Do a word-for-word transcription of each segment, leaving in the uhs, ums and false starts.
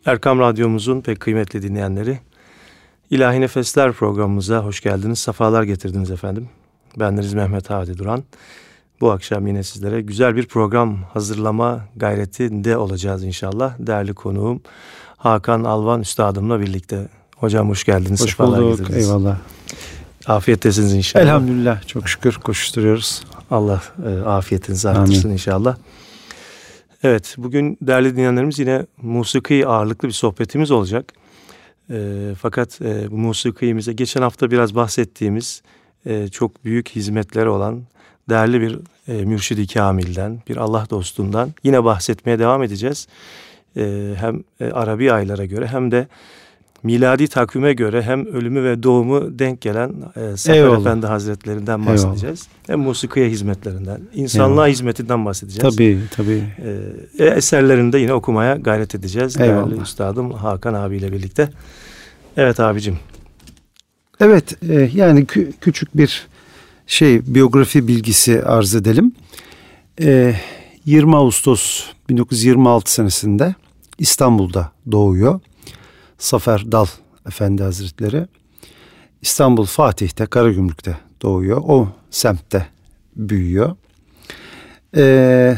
Erkam Radyomuzun pek kıymetli dinleyenleri, İlahi Nefesler programımıza hoş geldiniz, sefalar getirdiniz efendim. Bendeniz Mehmet Hadi Duran. Bu akşam yine sizlere güzel bir program hazırlama gayretinde olacağız inşallah. Değerli konuğum Hakan Alvan Üstadım'la birlikte. Hocam hoş geldiniz, hoş sefalar bulduk, getirdiniz. Eyvallah. Afiyettesiniz inşallah. Elhamdülillah, çok şükür koşturuyoruz. Allah e, afiyetinizi arttırsın inşallah. Evet, bugün değerli dinleyenlerimiz yine musiki ağırlıklı bir sohbetimiz olacak. E, fakat e, bu musikimize geçen hafta biraz bahsettiğimiz e, çok büyük hizmetleri olan değerli bir e, mürşid-i kamilden, bir Allah dostundan yine bahsetmeye devam edeceğiz. E, hem e, Arabi aylara göre hem de miladi takvime göre hem ölümü ve doğumu denk gelen e, Zafer Eyvallah. Efendi Hazretlerinden bahsedeceğiz. Eyvallah. Hem musikiye hizmetlerinden, insanlığa Eyvallah. hizmetinden bahsedeceğiz. Tabii, tabii. E, eserlerini de yine okumaya gayret edeceğiz. Eyvallah. Değerli Üstadım Hakan abiyle birlikte. Evet abicim. Evet, e, yani kü- küçük bir şey biyografi bilgisi arz edelim. E, yirmi Ağustos bin dokuz yüz yirmi altı senesinde İstanbul'da doğuyor. Zafer Dal Efendi Hazretleri İstanbul Fatih'te, Karagümrük'te doğuyor. O semtte büyüyor. Ee,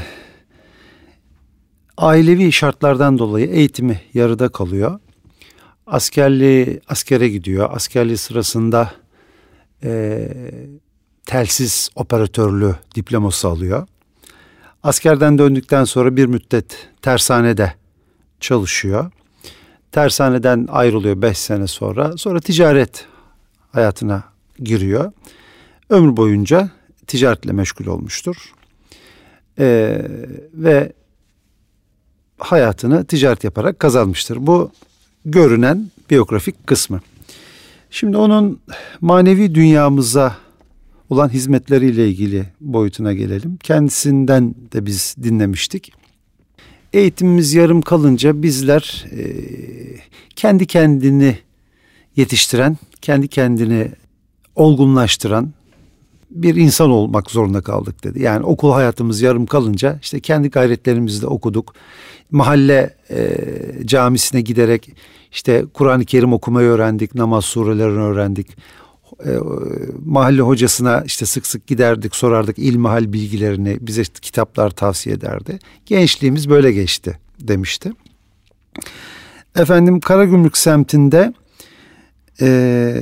ailevi şartlardan dolayı eğitimi yarıda kalıyor. Askerliği, askere gidiyor. Askerliği sırasında e, telsiz operatörlüğü diploması alıyor. Askerden döndükten sonra bir müddet tersanede çalışıyor. Tersaneden ayrılıyor beş sene sonra. Sonra ticaret hayatına giriyor. Ömür boyunca ticaretle meşgul olmuştur. Ee, ve hayatını ticaret yaparak kazanmıştır. Bu görünen biyografik kısmı. Şimdi onun manevi dünyamıza olan hizmetleriyle ilgili boyutuna gelelim. Kendisinden de biz dinlemiştik. Eğitimimiz yarım kalınca bizler e, kendi kendini yetiştiren, kendi kendini olgunlaştıran bir insan olmak zorunda kaldık dedi. Yani okul hayatımız yarım kalınca işte kendi gayretlerimizle okuduk. Mahalle e, camisine giderek işte Kur'an-ı Kerim okumayı öğrendik, namaz surelerini öğrendik. E, mahalle hocasına işte sık sık giderdik, sorardık ilmihal bilgilerini, bize işte kitaplar tavsiye ederdi. Gençliğimiz böyle geçti demişti. Efendim Karagümrük semtinde e,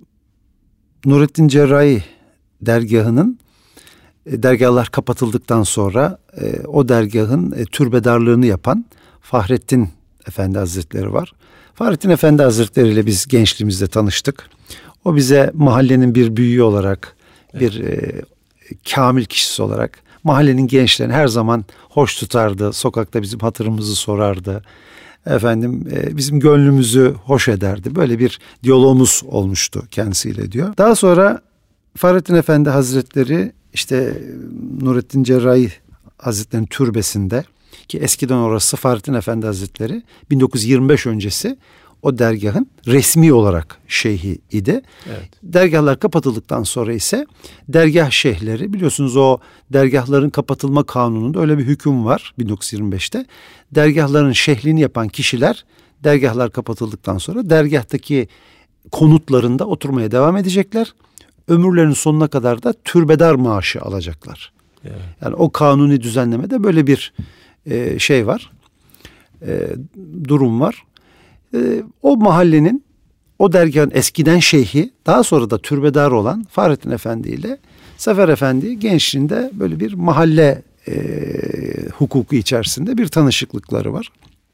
Nurettin Cerrahi dergahının e, dergahlar kapatıldıktan sonra e, o dergahın e, türbedarlığını yapan Fahrettin Efendi Hazretleri var. Fahrettin Efendi Hazretleri ile biz gençliğimizde tanıştık. O bize mahallenin bir büyüğü olarak, bir e, kamil kişisi olarak mahallenin gençlerini her zaman hoş tutardı. Sokakta bizim hatırımızı sorardı. Efendim e, bizim gönlümüzü hoş ederdi. Böyle bir diyalogumuz olmuştu kendisiyle diyor. Daha sonra Fahrettin Efendi Hazretleri işte Nurettin Cerrahi Hazretleri'nin türbesinde, ki eskiden orası Fahrettin Efendi Hazretleri bin dokuz yüz yirmi beş öncesi o dergahın resmi olarak şeyhi idi. Evet. Dergahlar kapatıldıktan sonra ise dergah şeyhleri, biliyorsunuz o dergahların kapatılma kanununda öyle bir hüküm var bin dokuz yüz yirmi beşte. Dergahların şeyhliğini yapan kişiler dergahlar kapatıldıktan sonra dergahtaki konutlarında oturmaya devam edecekler. Ömürlerinin sonuna kadar da türbedar maaşı alacaklar. Evet. Yani o kanuni düzenlemede böyle bir e, şey var, e, durum var. E, o mahallenin, o dergahın eskiden şeyhi, daha sonra da türbedar olan Fahrettin Efendi ile Zafer Efendi gençliğinde böyle bir mahalle e, hukuku içerisinde bir tanışıklıkları var.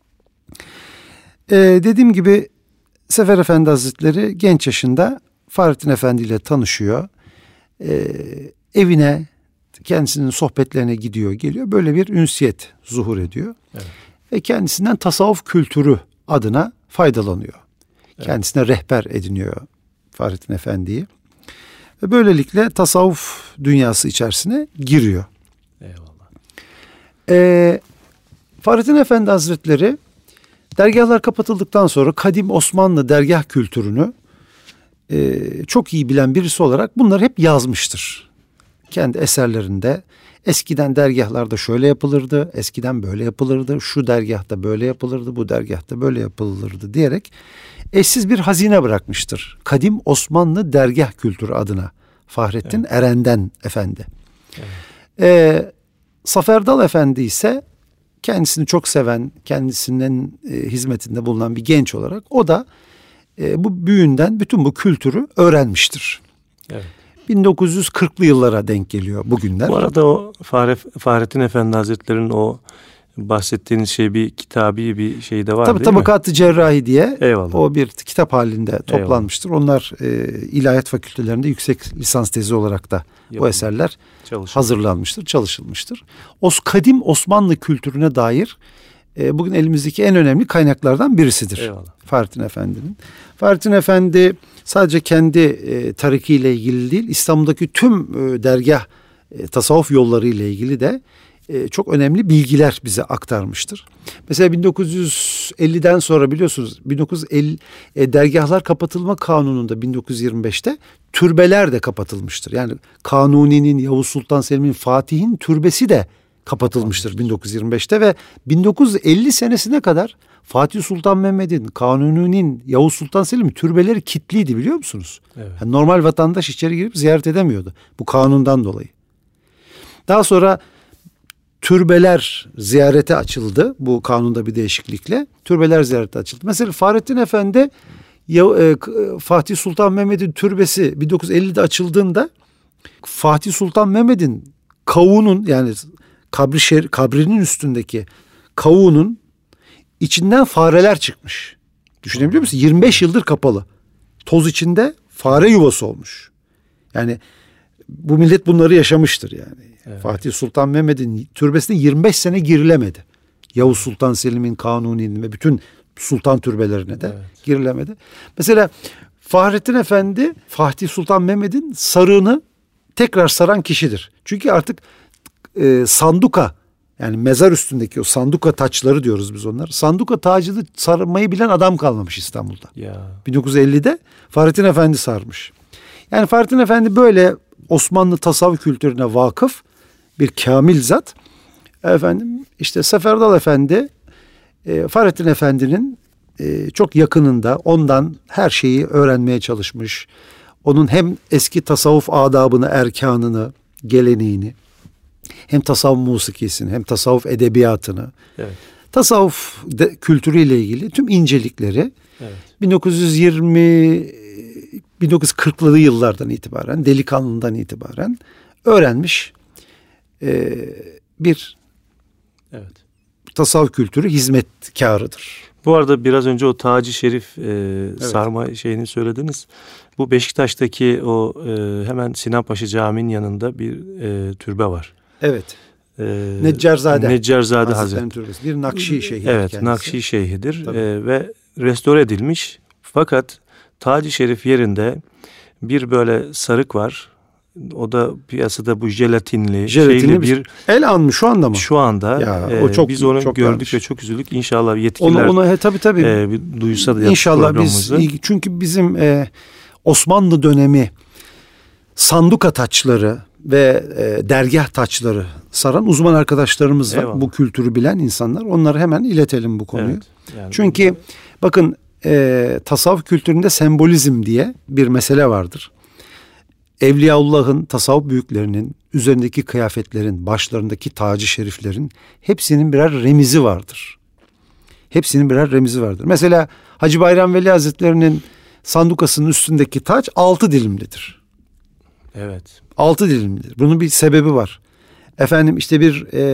E, dediğim gibi Zafer Efendi Hazretleri genç yaşında Fahrettin Efendi ile tanışıyor. E, evine, kendisinin sohbetlerine gidiyor, geliyor. Böyle bir ünsiyet zuhur ediyor. Evet. Ve kendisinden tasavvuf kültürü adına faydalanıyor. Evet. Kendisine rehber ediniyor Fahrettin Efendi'yi. Ve böylelikle tasavvuf dünyası içerisine giriyor. Eyvallah. E, Fahrettin Efendi Hazretleri dergahlar kapatıldıktan sonra kadim Osmanlı dergah kültürünü e, çok iyi bilen birisi olarak bunları hep yazmıştır. kendi eserlerinde eskiden dergahlarda şöyle yapılırdı, eskiden böyle yapılırdı, şu dergahta böyle yapılırdı, bu dergahta böyle yapılırdı diyerek eşsiz bir hazine bırakmıştır. Kadim Osmanlı dergah kültürü adına Fahrettin evet. Eren'den Efendi. Evet. Ee, Zafer Dal Efendi ise kendisini çok seven, kendisinin e, hizmetinde bulunan bir genç olarak o da e, bu büyüğünden bütün bu kültürü öğrenmiştir. Evet. bin dokuz yüz kırklı yıllara denk geliyor bugünler. Bu arada o Fahre, Fahrettin Efendi Hazretleri'nin o bahsettiğiniz şey bir kitabi bir şey de var Tabii, değil Tabakat-ı mi? Cerrahi diye Eyvallah. O bir kitap halinde toplanmıştır. Eyvallah. Onlar e, ilahiyat fakültelerinde yüksek lisans tezi olarak da Yapın. bu eserler hazırlanmıştır, çalışılmıştır. O kadim Osmanlı kültürüne dair e, bugün elimizdeki en önemli kaynaklardan birisidir. Eyvallah. Fahrettin Efendi'nin. Fahrettin Efendi sadece kendi e, tarikiyle ilgili değil, İstanbul'daki tüm e, dergah e, tasavvuf yolları ile ilgili de e, çok önemli bilgiler bize aktarmıştır. Mesela bin dokuz yüz elliden sonra biliyorsunuz bin dokuz yüz elli e, dergahlar kapatılma kanununda bin dokuz yüz yirmi beşte türbeler de kapatılmıştır. Yani Kanuni'nin, Yavuz Sultan Selim'in, Fatih'in türbesi de kapatılmıştır bin dokuz yüz yirmi beşte ve bin dokuz yüz elli senesine kadar Fatih Sultan Mehmet'in, Kanuni'nin, Yavuz Sultan Selim'in türbeleri kilitliydi biliyor musunuz? Evet. Yani normal vatandaş içeri girip ziyaret edemiyordu bu kanundan dolayı. Daha sonra türbeler ziyarete açıldı. Bu kanunda bir değişiklikle türbeler ziyarete açıldı. Mesela Fahrettin Efendi ya, e, Fatih Sultan Mehmet'in türbesi bin dokuz yüz ellide açıldığında Fatih Sultan Mehmet'in kavuğunun yani kabri şer, kabrinin üstündeki kavuğunun içinden fareler çıkmış. Düşünebiliyor musun? yirmi beş yıldır kapalı. Toz içinde fare yuvası olmuş. Yani bu millet bunları yaşamıştır yani. Evet. Fatih Sultan Mehmet'in türbesine yirmi beş sene girilemedi. Yavuz Sultan Selim'in, Kanuni'nin ve bütün sultan türbelerine de evet. girilemedi. Mesela Fahrettin Efendi Fatih Sultan Mehmet'in sarığını tekrar saran kişidir. Çünkü artık e, sanduka yani mezar üstündeki o sanduka taçları diyoruz biz onlara. Sanduka tacını sarmayı bilen adam kalmamış İstanbul'da. Ya. bin dokuz yüz ellide Fahrettin Efendi sarmış. Yani Fahrettin Efendi böyle Osmanlı tasavvuf kültürüne vakıf bir kamil zat. Efendim işte Zafer Dal Efendi e, Fahrettin Efendi'nin e, çok yakınında ondan her şeyi öğrenmeye çalışmış. Onun hem eski tasavvuf adabını, erkanını, geleneğini hem tasavvuf musikisini hem tasavvuf edebiyatını evet. tasavvuf de, kültürüyle ilgili tüm incelikleri evet. bin dokuz yüz yirmi bin dokuz yüz kırklı yıllardan itibaren delikanlından itibaren öğrenmiş e, bir evet. tasavvuf kültürü hizmetkarıdır. Bu arada biraz önce o Tac-ı Şerif e, evet. sarma şeyini söylediniz. Bu Beşiktaş'taki o e, hemen Sinanpaşa Camii'nin yanında bir e, türbe var. Evet. Ee, Neccarzade. Neccarzade Hazretleri. Türbesi. Bir Nakşi Şeyhi. Evet, kendisi. Nakşi Şeyhi'dir ee, ve restore edilmiş. Fakat Tac-ı Şerif yerinde bir böyle sarık var. O da piyasada bu jelatinli, jelatinli şeyli bir bir el almış şu anda mı? Şu anda. Ya, e, o çok, biz onu çok gördük yanlış. Ve çok üzüldük. İnşallah yetkililer onu, onu, he, tabii, tabii. E, duysa da İnşallah biz çünkü bizim e, Osmanlı dönemi sanduka taçları ve e, dergah taçları saran uzman arkadaşlarımız var. Eyvallah. Bu kültürü bilen insanlar. Onlara hemen iletelim bu konuyu. Evet, yani çünkü bu... bakın e, tasavvuf kültüründe sembolizm diye bir mesele vardır. Evliyaullah'ın, tasavvuf büyüklerinin üzerindeki kıyafetlerin, başlarındaki tacı şeriflerin hepsinin birer remizi vardır. Hepsinin birer remizi vardır. Mesela Hacı Bayram Veli Hazretleri'nin sandukasının üstündeki taç altı dilimlidir. Evet. Altı dilimlidir. Bunun bir sebebi var. Efendim işte bir e,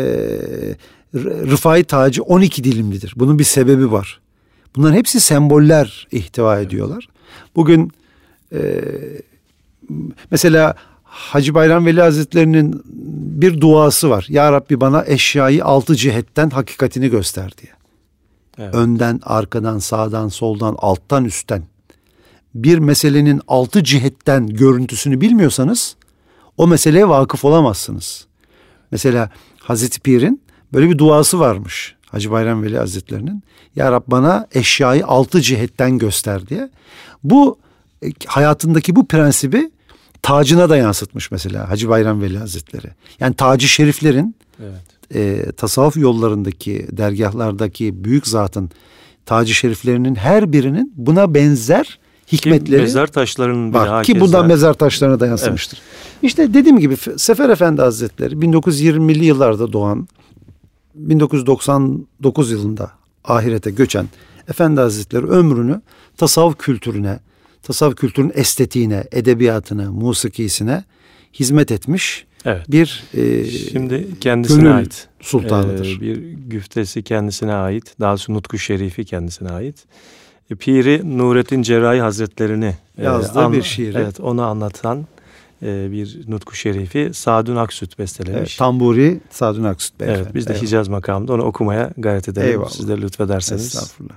Rıfai tacı on iki dilimlidir. Bunun bir sebebi var. Bunların hepsi semboller ihtiva evet. ediyorlar. Bugün e, mesela Hacı Bayram Veli Hazretleri'nin bir duası var. Ya Rabbi bana eşyayı altı cihetten hakikatini göster diye. Evet. Önden, arkadan, sağdan, soldan, alttan, üstten. Bir meselenin altı cihetten görüntüsünü bilmiyorsanız o meseleye vakıf olamazsınız. Mesela Hazreti Pir'in böyle bir duası varmış Hacı Bayram Veli Hazretleri'nin. Ya Rab bana eşyayı altı cihetten göster diye. Bu hayatındaki bu prensibi tacına da yansıtmış mesela Hacı Bayram Veli Hazretleri. Yani tacı şeriflerin evet. e, tasavvuf yollarındaki, dergahlardaki büyük zatın tacı şeriflerinin her birinin buna benzer hikmetleri ki mezar taşlarının bile var. Ki bundan mezar taşlarına da yansımıştır. Evet. İşte dediğim gibi Sefer Efendi Hazretleri bin dokuz yüz yirmili yıllarda doğan, bin dokuz yüz doksan dokuz yılında ahirete göçen Efendi Hazretleri ömrünü tasavvuf kültürüne, tasavvuf kültürünün estetiğine, edebiyatına, musikisine hizmet etmiş. Evet. Bir e, şimdi kendisine ait sultanıdır. Ee, bir güftesi kendisine ait. Daha doğrusu Nutku Şerifi kendisine ait. E, Piri Nurettin Cerrahi Hazretlerini yazdığı e, an, bir şiiri. Evet, onu anlatan e, bir Nutku Şerifi Sadun Aksüt bestelemiş. Evet, tamburi Sadun Aksüt beyefendi. Evet, biz de Eyvallah. Hicaz makamında onu okumaya gayret edelim. Eyvallah. Siz de lütfederseniz. Estağfurullah.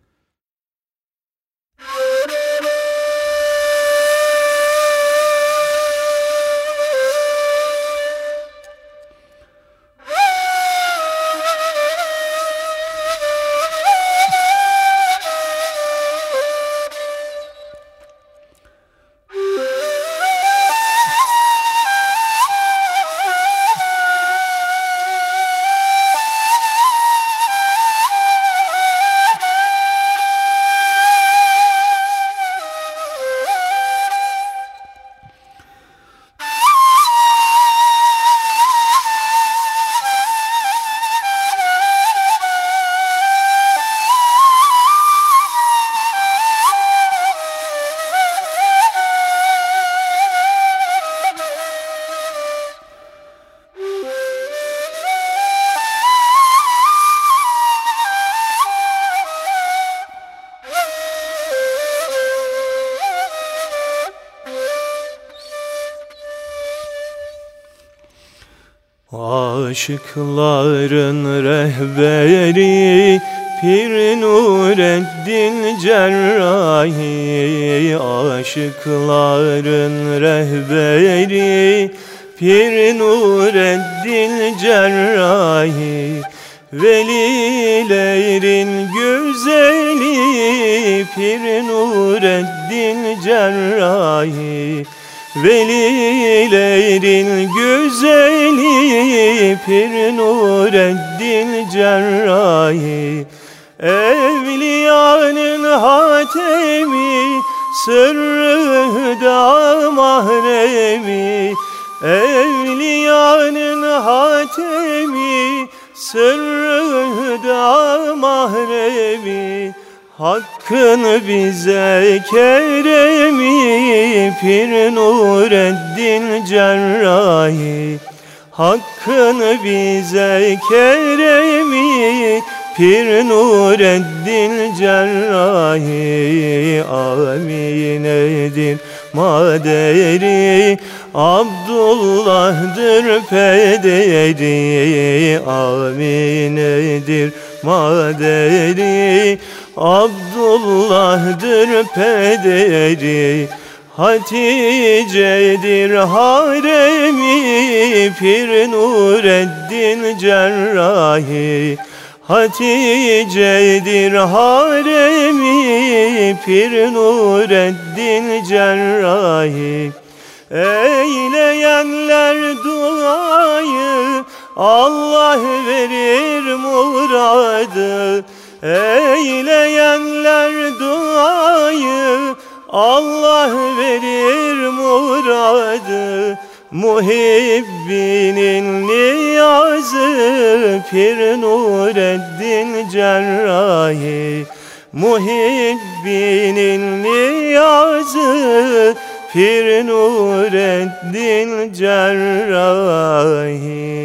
Aşıkların rehberi Pir Nureddin Cerrahi, aşıkların rehberi Pir Nureddin Cerrahi, velilerin güzeli Pir Nureddin Cerrahi, velilerin güzeli Pir Nureddin Cerrahi, evliyanın hatemi, sırrı da mahremi, evliyanın hatemi, sırrı da mahremi, Hakkın bize keremi Pir Nureddin Cerrahi, Hakkın bize keremi Pir Nureddin Cerrahi, Aminedir maderi, Abdullah'dır pederi, Aminedir maderi, Abdullah'dır pederi, Hatice'dir haremi Pir Nureddin Cerrahi, Hatice'dir haremi Pir Nureddin Cerrahi, eyleyenler duayı Allah verir muradı, eyleyenler duayı Allah verir muradı, Muhibbinin niyazı Pir Nureddin Cerrahi, Muhibbinin niyazı Pir Nureddin Cerrahi.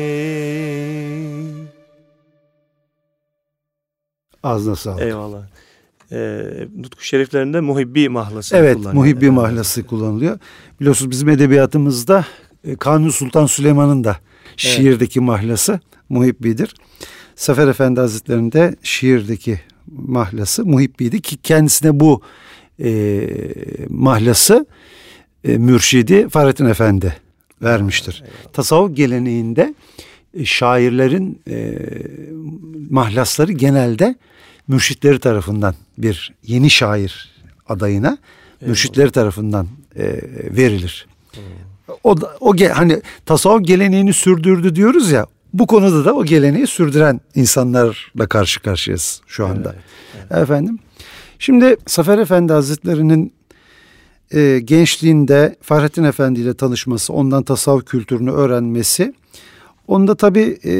Ağzına sağlık. Eyvallah. Ee, Nutku Şeriflerinde muhibbi mahlası evet, kullanılıyor. muhibbi evet. mahlası kullanılıyor. Biliyorsunuz bizim edebiyatımızda Kanuni Sultan Süleyman'ın da şiirdeki evet. mahlası muhibbidir. Sefer Efendi Hazretleri'nde şiirdeki mahlası muhibbiydi ki kendisine bu e, mahlası e, mürşidi Fahrettin Efendi vermiştir. Eyvallah. Tasavvuf geleneğinde e, şairlerin e, mahlasları genelde mürşitleri tarafından bir yeni şair adayına Eyvallah. mürşitleri tarafından e, verilir. Hmm. O da, o hani tasavvuf geleneğini sürdürdü diyoruz ya. Bu konuda da o geleneği sürdüren insanlarla karşı karşıyayız şu anda. Evet, evet. Efendim. Şimdi Zafer Efendi Hazretleri'nin e, gençliğinde Fahrettin Efendi ile tanışması, ondan tasavvuf kültürünü öğrenmesi, onda tabii e,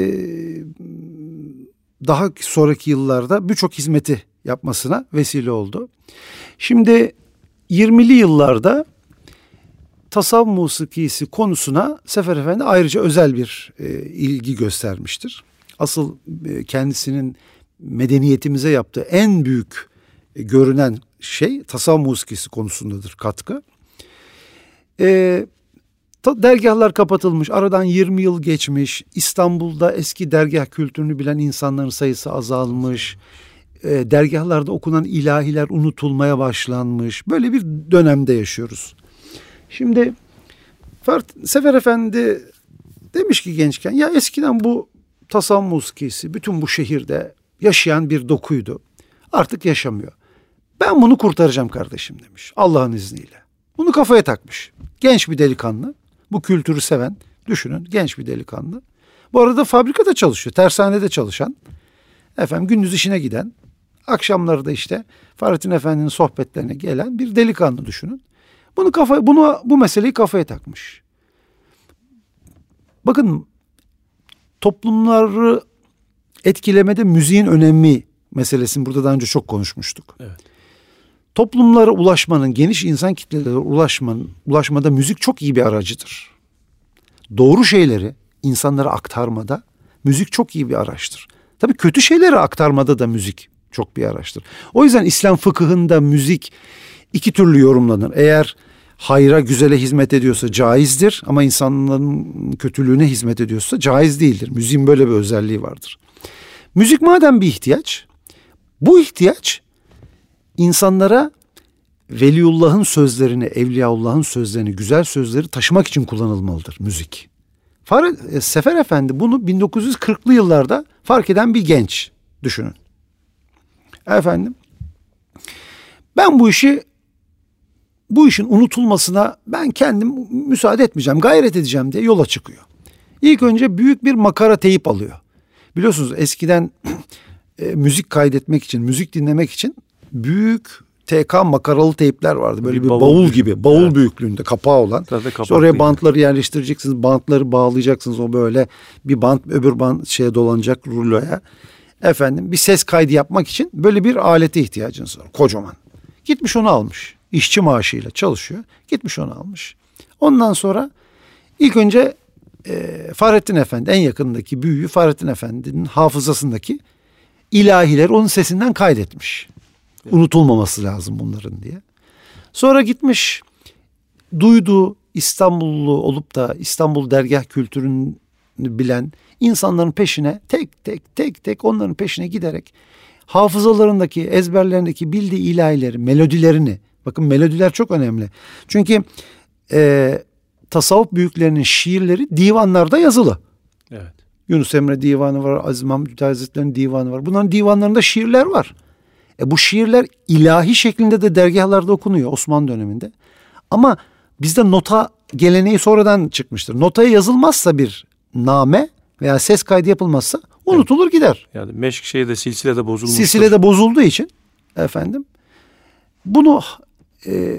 daha sonraki yıllarda birçok hizmeti yapmasına vesile oldu. Şimdi yirmili yıllarda tasavvuf musikisi konusuna Zafer Efendi ayrıca özel bir e, ilgi göstermiştir. Asıl e, kendisinin medeniyetimize yaptığı en büyük e, görünen şey tasavvuf musikisi konusundadır katkı. E, ta, dergahlar kapatılmış, aradan yirmi yıl geçmiş, İstanbul'da eski dergah kültürünü bilen insanların sayısı azalmış, e, dergahlarda okunan ilahiler unutulmaya başlanmış, böyle bir dönemde yaşıyoruz. Şimdi Zafer Efendi demiş ki gençken, ya eskiden bu tasavvuf musikisi bütün bu şehirde yaşayan bir dokuydu. Artık yaşamıyor. Ben bunu kurtaracağım kardeşim demiş, Allah'ın izniyle. Bunu kafaya takmış. Genç bir delikanlı, bu kültürü seven, düşünün genç bir delikanlı. Bu arada fabrikada çalışıyor, tersanede çalışan, efendim gündüz işine giden, akşamları da işte Fahrettin Efendi'nin sohbetlerine gelen bir delikanlı düşünün. Bunu kafa, bunu bu meseleyi kafaya takmış. Bakın, toplumları etkilemede müziğin önemi meselesini burada daha önce çok konuşmuştuk. Evet. Toplumlara ulaşmanın, geniş insan kitlelere ulaşmanın, ulaşmada müzik çok iyi bir aracıdır. Doğru şeyleri insanlara aktarmada müzik çok iyi bir araçtır. Tabii kötü şeyleri aktarmada da müzik çok bir araçtır. O yüzden İslam fıkıhında müzik iki türlü yorumlanır. Eğer hayra, güzele hizmet ediyorsa caizdir, ama insanların kötülüğüne hizmet ediyorsa caiz değildir. Müziğin böyle bir özelliği vardır. Müzik madem bir ihtiyaç, bu ihtiyaç insanlara Veliullah'ın sözlerini, Evliyaullah'ın sözlerini, güzel sözleri taşımak için kullanılmalıdır müzik. Zafer Efendi bunu bin dokuz yüz kırklı yıllarda fark eden bir genç, düşünün. Efendim, ben bu işi bu işin unutulmasına ben kendim müsaade etmeyeceğim, gayret edeceğim diye yola çıkıyor. İlk önce büyük bir makara teyip alıyor. Biliyorsunuz eskiden e, müzik kaydetmek için, müzik dinlemek için büyük T K makaralı teypler vardı. Böyle bir, bir bavul, bavul gibi, bavul evet. büyüklüğünde kapağı olan. İşte oraya bantları yerleştireceksiniz, bantları bağlayacaksınız. O böyle bir bant öbür bant şeye dolanacak, ruloya. Efendim, bir ses kaydı yapmak için böyle bir alete ihtiyacınız var, kocaman. Gitmiş onu almış. İşçi maaşıyla çalışıyor. Gitmiş onu almış. Ondan sonra ilk önce e, Fahrettin Efendi, en yakındaki büyüğü Fahrettin Efendi'nin hafızasındaki ilahileri onun sesinden kaydetmiş. Evet. Unutulmaması lazım bunların diye. Sonra gitmiş, duyduğu İstanbullu olup da İstanbul dergah kültürünü bilen insanların peşine tek tek tek tek onların peşine giderek hafızalarındaki, ezberlerindeki bildiği ilahileri, melodilerini, bakın melodiler çok önemli. Çünkü e, tasavvuf büyüklerinin şiirleri divanlarda yazılı. Evet. Yunus Emre divanı var, Aziz Mahmud Hazretleri'nin divanı var. Bunların divanlarında şiirler var. E bu şiirler ilahi şeklinde de dergahlarda okunuyor Osmanlı döneminde. Ama bizde nota geleneği sonradan çıkmıştır. Notaya yazılmazsa bir name veya ses kaydı yapılmazsa unutulur evet. gider. Yani meşk şeyde, silsilede bozulmuştur. Silsilede bozulduğu için efendim bunu e,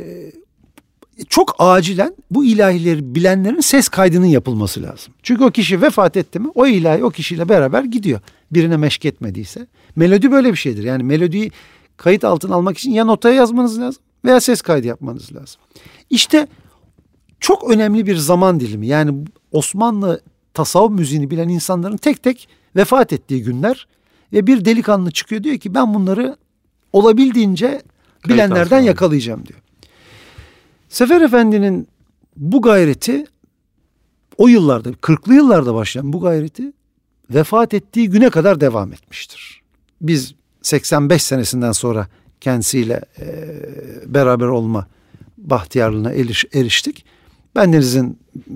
çok acilen bu ilahileri bilenlerin ses kaydının yapılması lazım. Çünkü o kişi vefat etti mi o ilahi o kişiyle beraber gidiyor. Birine meşk etmediyse. Melodi böyle bir şeydir. Yani melodiyi kayıt altına almak için ya notaya yazmanız lazım veya ses kaydı yapmanız lazım. İşte çok önemli bir zaman dilimi. Yani Osmanlı tasavvuf müziğini bilen insanların tek tek vefat ettiği günler ve bir delikanlı çıkıyor, diyor ki ben bunları olabildiğince bilenlerden yakalayacağım diyor. Zafer Efendi'nin bu gayreti o yıllarda, kırklı yıllarda başlayan bu gayreti vefat ettiği güne kadar devam etmiştir. Biz seksen beş senesinden sonra kendisiyle e, beraber olma bahtiyarlığına eriş, eriştik. Bendenizin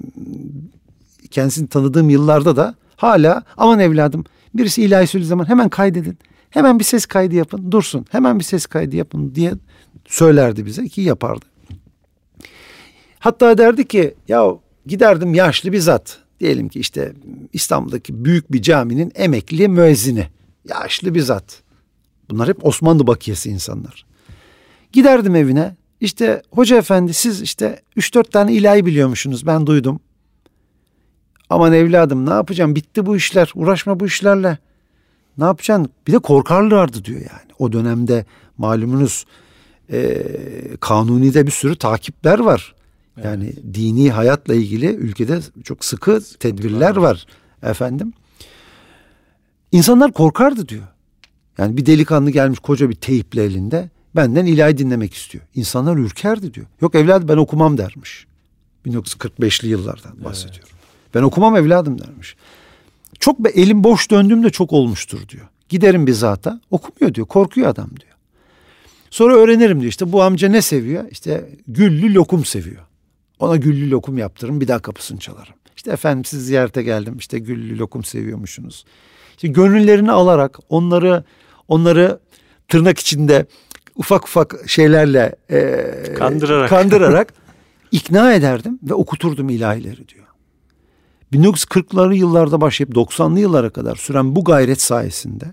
kendisini tanıdığım yıllarda da hala aman evladım birisi ilahi söylediği zaman hemen kaydedin. Hemen bir ses kaydı yapın, dursun. Hemen bir ses kaydı yapın diye söylerdi bize, ki yapardı. Hatta derdi ki ya giderdim yaşlı bir zat. Diyelim ki işte İstanbul'daki büyük bir caminin emekli müezzini. Yaşlı bir zat. Bunlar hep Osmanlı bakiyesi insanlar. Giderdim evine. İşte hoca efendi siz işte üç dört tane ilahi biliyormuşsunuz. Ben duydum. Aman evladım ne yapacağım? Bitti bu işler. Uğraşma bu işlerle. Ne yapacaksın? Bir de korkarlardı diyor yani. O dönemde malumunuz e, kanunide bir sürü takipler var. Yani evet. Dini hayatla ilgili ülkede çok sıkı tedbirler var efendim. İnsanlar korkardı diyor. Yani bir delikanlı gelmiş koca bir teyple elinde benden ilahi dinlemek istiyor. İnsanlar ürkerdi diyor. Yok evladım ben okumam dermiş. bin dokuz yüz kırk beşli yıllardan bahsediyorum. Evet. Ben okumam evladım dermiş. Çok elim boş döndüğümde çok olmuştur diyor. Giderim bir zata okumuyor diyor. Korkuyor adam diyor. Sonra öğrenirim diyor. İşte bu amca ne seviyor? İşte güllü lokum seviyor. Ona güllü lokum yaptırırım bir daha kapısını çalarım. İşte efendim siz ziyarete geldim. İşte güllü lokum seviyormuşsunuz. İşte gönüllerini alarak onları onları tırnak içinde ufak ufak şeylerle e, kandırarak, kandırarak ikna ederdim ve okuturdum ilahileri diyor. bin dokuz yüz kırklı yıllarda başlayıp doksanlı yıllara kadar süren bu gayret sayesinde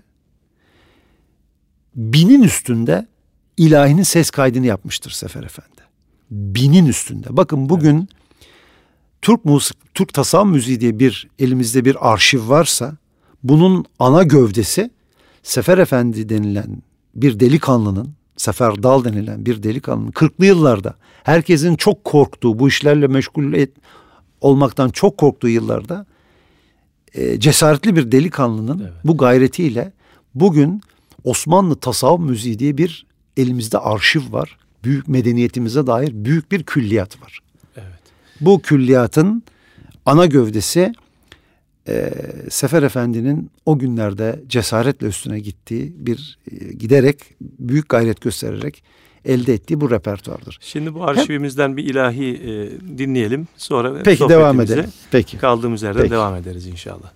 binin üstünde ilahinin ses kaydını yapmıştır Sefer Efendi. Binin üstünde. Bakın bugün evet. Türk musik, Türk tasavvuf müziği diye bir elimizde bir arşiv varsa bunun ana gövdesi Sefer Efendi denilen bir delikanlının, Sefer Dal denilen bir delikanlının kırklı yıllarda herkesin çok korktuğu, bu işlerle meşgul et, olmaktan çok korktuğu yıllarda e, cesaretli bir delikanlının evet. bu gayretiyle bugün Osmanlı tasavvuf müziği diye bir elimizde arşiv var. Büyük medeniyetimize dair büyük bir külliyat var. Evet. Bu külliyatın ana gövdesi e, Sefer Efendi'nin o günlerde cesaretle üstüne gittiği bir e, giderek büyük gayret göstererek elde ettiği bu repertuardır. Şimdi bu arşivimizden Hem, bir ilahi e, dinleyelim. Sonra peki devam edelim. Peki. Kaldığımız yerden peki. devam ederiz inşallah.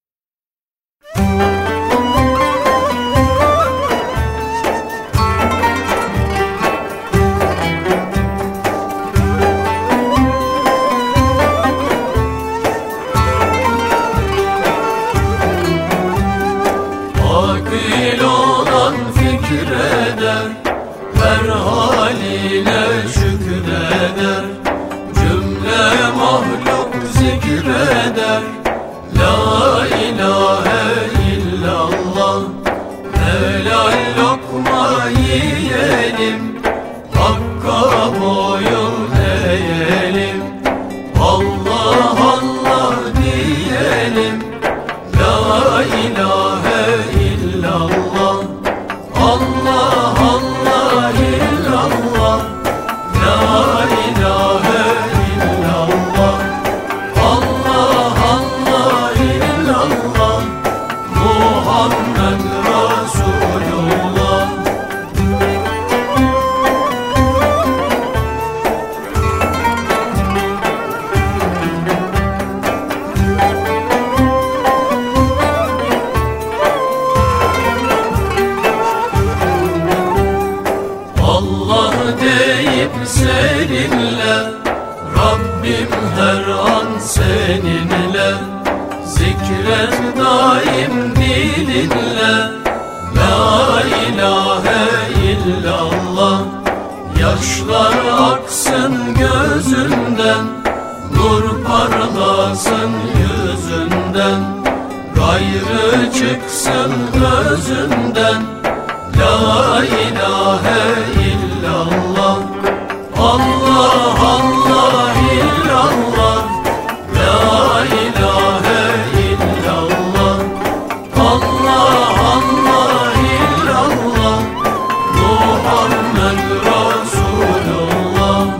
Akil olan fikreder, her haliyle şükreder, cümle mahluk zikreder, la ilahe illallah, helal lokma yiyelim, hakka boyun eğelim, Allah Allah diyelim, la ilahe illallah, Allah Allah illallah, la ilahe illallah, Allah Allah illallah, Muhammed Resulullah. Allah deyip seninle, Rabbim her an seninle, zikret daim dilinle, la ilahe illallah, yaşlar aksın gözünden, nur parlasın yüzünden, gayrı çıksın özünden, la ilahe illallah, Allah Allah illallah, la ilahe illallah, Allah Allah illallah, Muhammed Resulullah.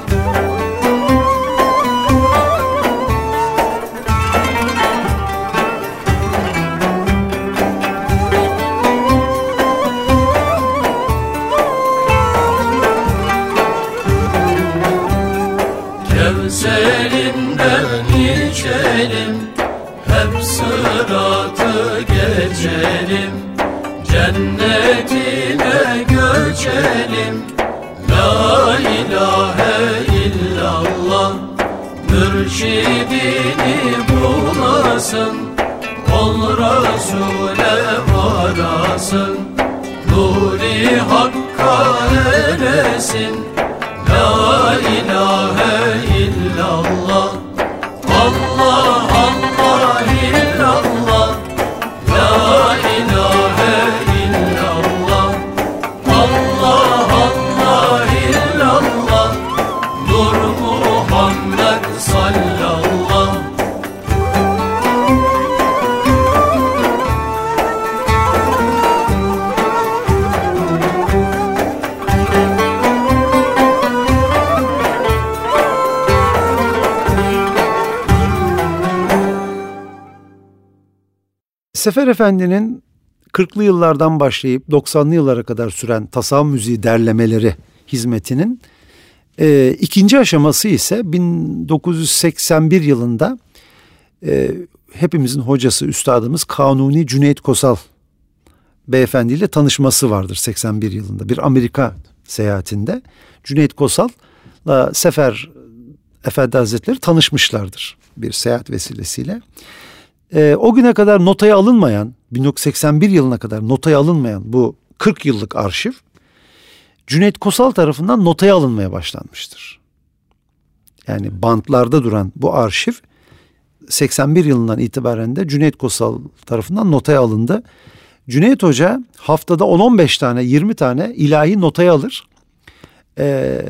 Kevserinden içelim, hep sıratı geçelim, cennetine göçelim, la ilahe illallah. mürşidini bulasın, ol Resul'e varasın, nuri hakka eresin. La ilahe illallah, Allah Allah illallah, la ilahe illallah, Allah Allah illallah, Nur Muhammed sallallah. Sefer Efendi'nin kırklı yıllardan başlayıp doksanlı yıllara kadar süren tasavvuf müziği derlemeleri hizmetinin e, ikinci aşaması ise bin dokuz yüz seksen bir yılında e, hepimizin hocası, üstadımız Kanuni Cüneyt Kosal beyefendi ile tanışması vardır seksen bir yılında. Bir Amerika seyahatinde Cüneyt Kosal'la Sefer Efendi Hazretleri tanışmışlardır bir seyahat vesilesiyle. E, o güne kadar notaya alınmayan, bin dokuz yüz seksen bir yılına kadar notaya alınmayan bu kırk yıllık arşiv Cüneyt Kosal tarafından notaya alınmaya başlanmıştır. Yani bantlarda duran bu arşiv seksen bir yılından itibaren de Cüneyt Kosal tarafından notaya alındı. Cüneyt Hoca haftada on on beş tane, yirmi tane ilahi notaya alır. Ee,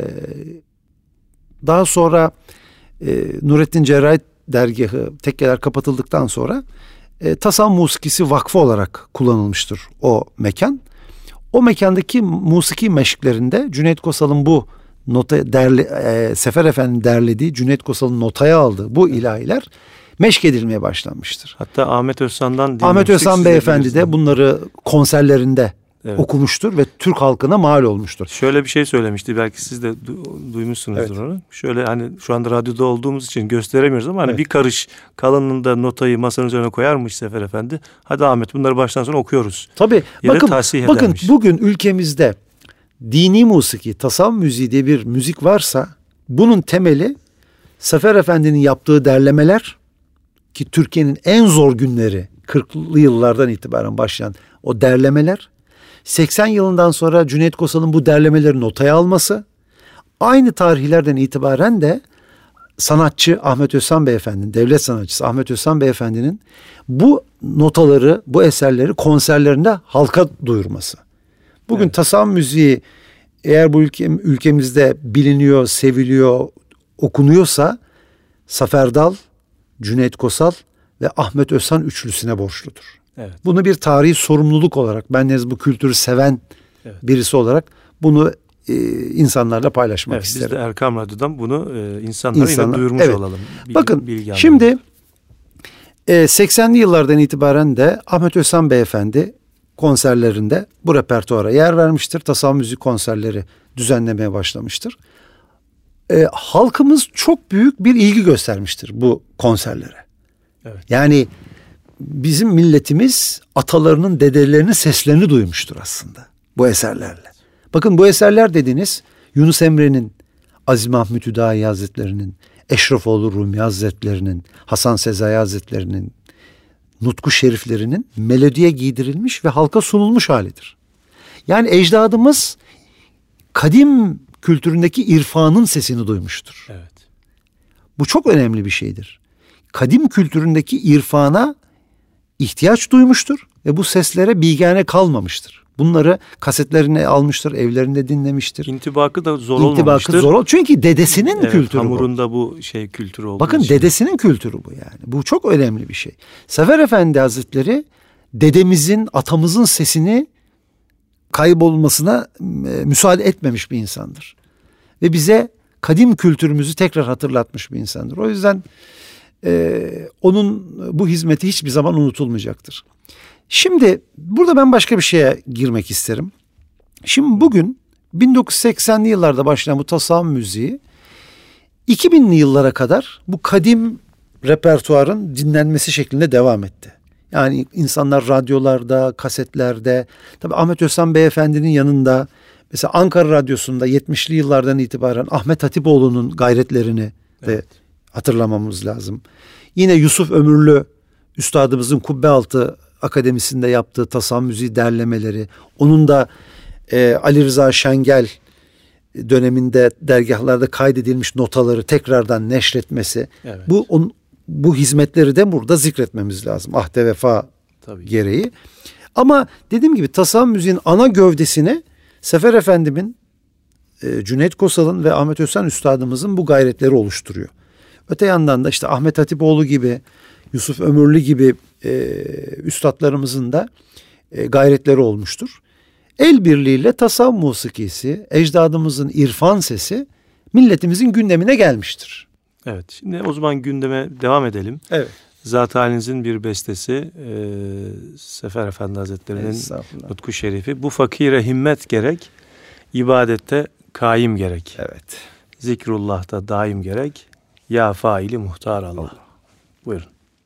daha sonra e, Nurettin Cerrahi dergahı tekkeler kapatıldıktan sonra e, Tasavvuf Musikisi Vakfı olarak kullanılmıştır o mekan. O mekandaki musiki meşklerinde Cüneyt Kosal'ın bu nota derli, e, Sefer Efendi'nin derlediği, Cüneyt Kosal'ın notaya aldığı bu ilahiler meşk edilmeye başlanmıştır. Hatta Ahmet Özsan'dan Ahmet Özsan beyefendi de bunları konserlerinde evet. okumuştur ve Türk halkına mal olmuştur. Şöyle bir şey söylemişti, belki siz de du- duymuşsunuzdur evet. onu. Şöyle, hani şu anda radyoda olduğumuz için gösteremiyoruz ama hani evet. bir karış kalınlığında notayı masanın üzerine koyarmış Sefer Efendi. Hadi Ahmet, bunları baştan sona okuyoruz. Tabii bakın, bakın bugün ülkemizde dini musiki, tasavvuf müziği diye bir müzik varsa bunun temeli Sefer Efendi'nin yaptığı derlemeler, ki Türkiye'nin en zor günleri kırklı yıllardan itibaren başlayan o derlemeler, seksen yılından sonra Cüneyt Kosal'ın bu derlemeleri notaya alması, aynı tarihlerden itibaren de sanatçı Ahmet Özsan beyefendinin, devlet sanatçısı Ahmet Özsan beyefendinin bu notaları, bu eserleri konserlerinde halka duyurması. Bugün evet. tasavvuf müziği eğer bu ülke, ülkemizde biliniyor, seviliyor, okunuyorsa Zafer Dal, Cüneyt Kosal ve Ahmet Özsan üçlüsüne borçludur. Evet. Bunu bir tarihi sorumluluk olarak, bendeniz bu kültürü seven evet. birisi olarak bunu e, insanlarla paylaşmak evet, isterim. Biz de Erkam Radyo'dan bunu e, insanlara İnsanlar, yine duyurmuş evet. olalım. Bilgi, Bakın bilgi şimdi e, seksenli yıllardan itibaren de Ahmet Özsan beyefendi konserlerinde bu repertuara yer vermiştir. Tasavvuf müzik konserleri düzenlemeye başlamıştır. E, halkımız çok büyük bir ilgi göstermiştir bu konserlere. Evet. Yani bizim milletimiz atalarının, dedelerinin seslerini duymuştur aslında bu eserlerle. Bakın bu eserler dediğiniz Yunus Emre'nin, Aziz Mahmud Hüdayi Hazretleri'nin, Eşrefoğlu Rumi Hazretleri'nin, Hasan Sezai Hazretleri'nin, nutku şeriflerinin melodiye giydirilmiş ve halka sunulmuş halidir. Yani ecdadımız kadim kültüründeki irfanın sesini duymuştur. Evet. Bu çok önemli bir şeydir. Kadim kültüründeki irfana ihtiyaç duymuştur ve bu seslere bigane kalmamıştır. Bunları kasetlerine almıştır, evlerinde dinlemiştir. İntibakı da zor İntibakı olmamıştır. Zor ol. Çünkü dedesinin evet, kültürü hamurunda bu. bu şey kültürü olduğu Bakın için. dedesinin kültürü bu yani. Bu çok önemli bir şey. Sefer Efendi Hazretleri dedemizin, atamızın sesini kaybolmasına e, müsaade etmemiş bir insandır. Ve bize kadim kültürümüzü tekrar hatırlatmış bir insandır. O yüzden e, onun bu hizmeti hiçbir zaman unutulmayacaktır. Şimdi burada ben başka bir şeye girmek isterim. Şimdi bugün bin dokuz yüz seksenli yıllarda başlayan bu tasavvuf müziği iki binli yıllara kadar bu kadim repertuarın dinlenmesi şeklinde devam etti. Yani insanlar radyolarda, kasetlerde, tabii Ahmet Özsan beyefendinin yanında, mesela Ankara Radyosu'nda yetmişli yıllardan itibaren Ahmet Hatipoğlu'nun gayretlerini evet. de hatırlamamız lazım. Yine Yusuf Ömürlü üstadımızın Kubbealtı Akademisi'nde yaptığı tasavvuf müziği derlemeleri, onun da e, Ali Rıza Şengel döneminde dergahlarda kaydedilmiş notaları tekrardan neşretmesi, evet. bu on, bu hizmetleri de burada zikretmemiz lazım. Ahde vefa Tabii. gereği. Ama dediğim gibi tasavvuf müziğin ana gövdesini Sefer Efendi'min, e, Cüneyt Kosal'ın ve Ahmet Özsen üstadımızın bu gayretleri oluşturuyor. Öte yandan da işte Ahmet Hatipoğlu gibi, Yusuf Ömürlü gibi e, üstadlarımızın da e, gayretleri olmuştur. El birliğiyle tasavvuf musikisi, ecdadımızın irfan sesi milletimizin gündemine gelmiştir. Evet, şimdi o zaman gündeme devam edelim. Evet. Zat-ı halinizin bir bestesi e, Sefer Efendi Hazretleri'nin Nutku Şerifi. Bu fakire himmet gerek, ibadette kaim gerek. Evet. Zikrullah'ta daim gerek. Ya faili muhtar Allah. Allah. Buyurun.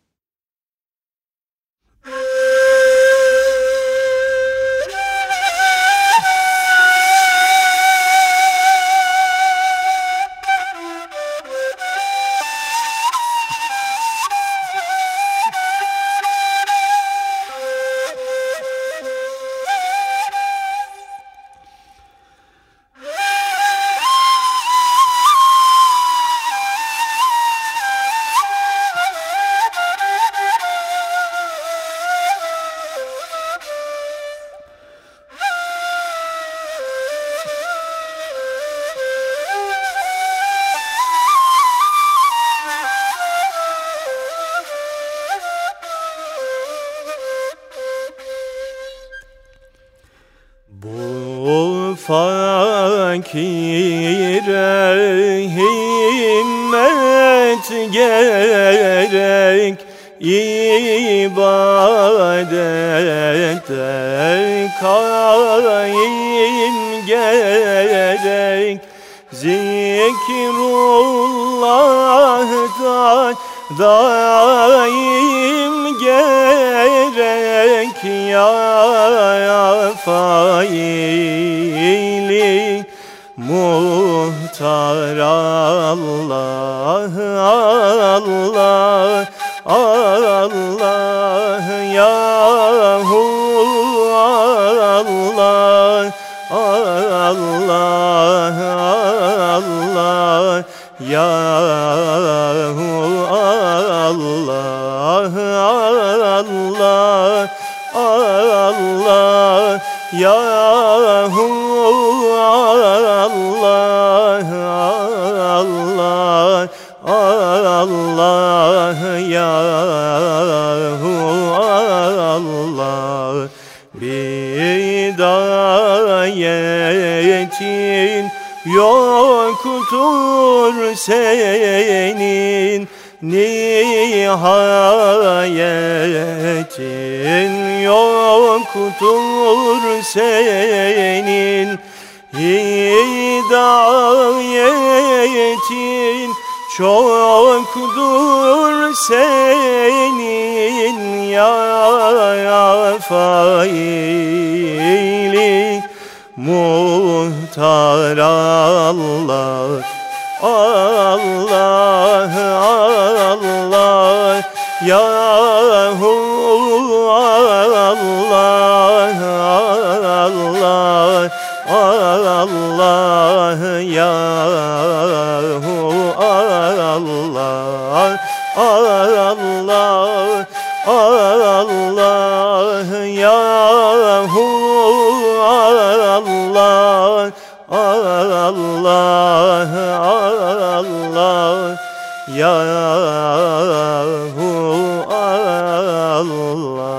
Fakire himmet gerek, ibadette kaim gerek. Zikrullah'tan daim gerek. Ya faili muhtar Allah, Allah, Allah, Yahu Allah, Allah, Allah, Yahu Allah, Allah, Allah, Yahu Allah, Allah, Allah, Yahu Allah. Bidayetin yoktur senin, nihayetin yoktur senin. Hidayetin çoktur senin. Ya faili muhtar Allah, Allah, Allah, Yahu Allah, Allah, Allah, Yahu Allah, Allah, Allah, Yahu Allah, Allah, Allah, Yahu Allah.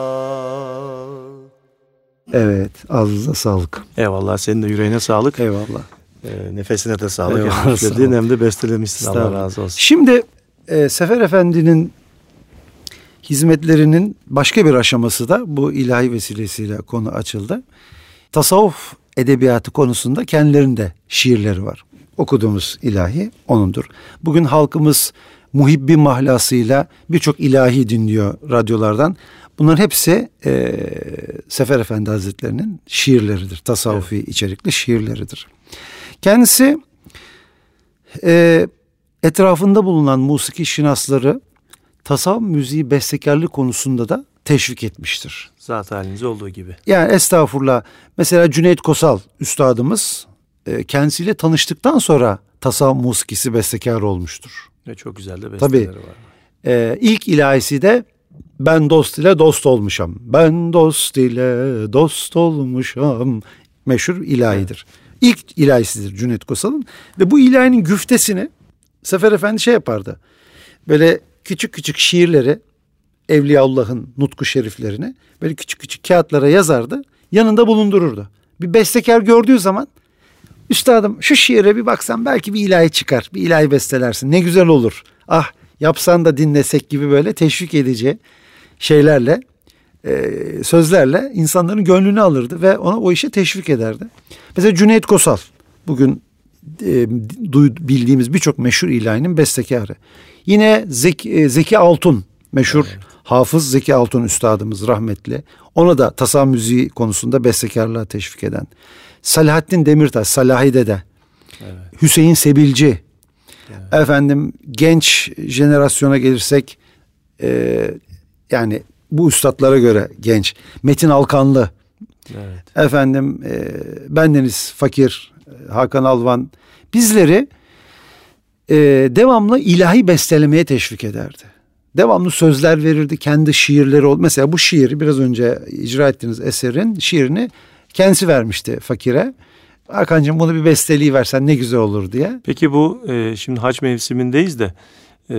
Evet, ağzınıza sağlık. Eyvallah, senin de yüreğine sağlık. Eyvallah. E, nefesine de sağlık. Eyvallah, hem üflediğin hem de bestelemişsin. Allah razı olsun. Şimdi e, Sefer Efendi'nin hizmetlerinin başka bir aşaması da bu ilahi vesilesiyle konu açıldı. Tasavvuf edebiyatı konusunda kendilerinde şiirleri var. Okuduğumuz ilahi onundur. Bugün halkımız muhibbi mahlasıyla birçok ilahi dinliyor radyolardan. Bunların hepsi e, Sefer Efendi Hazretleri'nin şiirleridir. Tasavvufi evet. içerikli şiirleridir. Kendisi e, etrafında bulunan musiki şinasları tasavvuf müziği bestekarlığı konusunda da teşvik etmiştir. Zat haliniz olduğu gibi. Yani estağfurullah. Mesela Cüneyt Kosal üstadımız e, kendisiyle tanıştıktan sonra tasavvuf musikisi bestekarı olmuştur. Ve çok güzel de besteleri Tabii, var. E, ilk ilahisi de ben dost ile dost olmuşam. Ben dost ile dost olmuşam. Meşhur ilahidir. Evet. İlk ilahisidir Cüneyt Kosal'ın. Ve bu ilahinin güftesini Sefer Efendi şey yapardı. Böyle küçük küçük şiirleri, Evliyaullah'ın nutku şeriflerini böyle küçük küçük kağıtlara yazardı. Yanında bulundururdu. Bir bestekar gördüğü zaman üstadım şu şiire bir baksan belki bir ilahi çıkar. Bir ilahi bestelersin. Ne güzel olur. Ah yapsan da dinlesek gibi böyle teşvik edici şeylerle, e, sözlerle insanların gönlünü alırdı ve ona o işe teşvik ederdi. Mesela Cüneyt Kosal bugün e, bildiğimiz birçok meşhur ilahinin bestekarı. Yine Zeki, Zeki Altun, meşhur evet. Hafız Zeki Altun üstadımız rahmetli. Ona da tasavvuf müziği konusunda bestekarlığa teşvik eden. Salahattin Demirtaş, Salahide'de. Evet. Hüseyin Sebilci. Evet. Efendim genç jenerasyona gelirsek e, yani bu üstadlara göre genç. Metin Alkanlı. Evet. Efendim e, bendeniz Fakir, Hakan Alvan. Bizleri e, devamlı ilahi bestelemeye teşvik ederdi. Devamlı sözler verirdi. Kendi şiirleri oldu. Mesela bu şiiri biraz önce icra ettiğiniz eserin şiirini kendisi vermişti Fakir'e. Hakan'cığım bunu bir besteliği versen ne güzel olur diye. Peki bu e, şimdi hac mevsimindeyiz de e,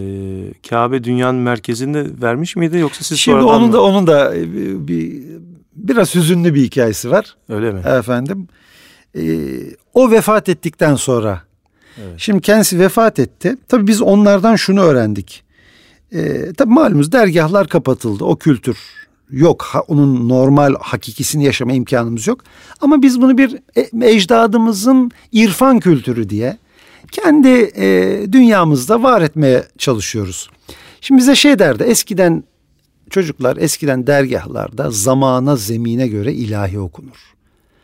Kabe dünyanın merkezinde vermiş miydi yoksa siz şimdi sonradan onun mı? da onun da bir, bir biraz hüzünlü bir hikayesi var. Öyle mi? Efendim. E, o vefat ettikten sonra. Evet. Şimdi kendisi vefat etti. Tabii biz onlardan şunu öğrendik. E, tabii malumunuz dergahlar kapatıldı. O kültür yok. Ha, onun normal hakikisini yaşama imkanımız yok. Ama biz bunu bir ecdadımızın irfan kültürü diye kendi e, dünyamızda var etmeye çalışıyoruz. Şimdi bize şey derdi. Eskiden çocuklar eskiden dergahlarda zamana zemine göre ilahi okunur.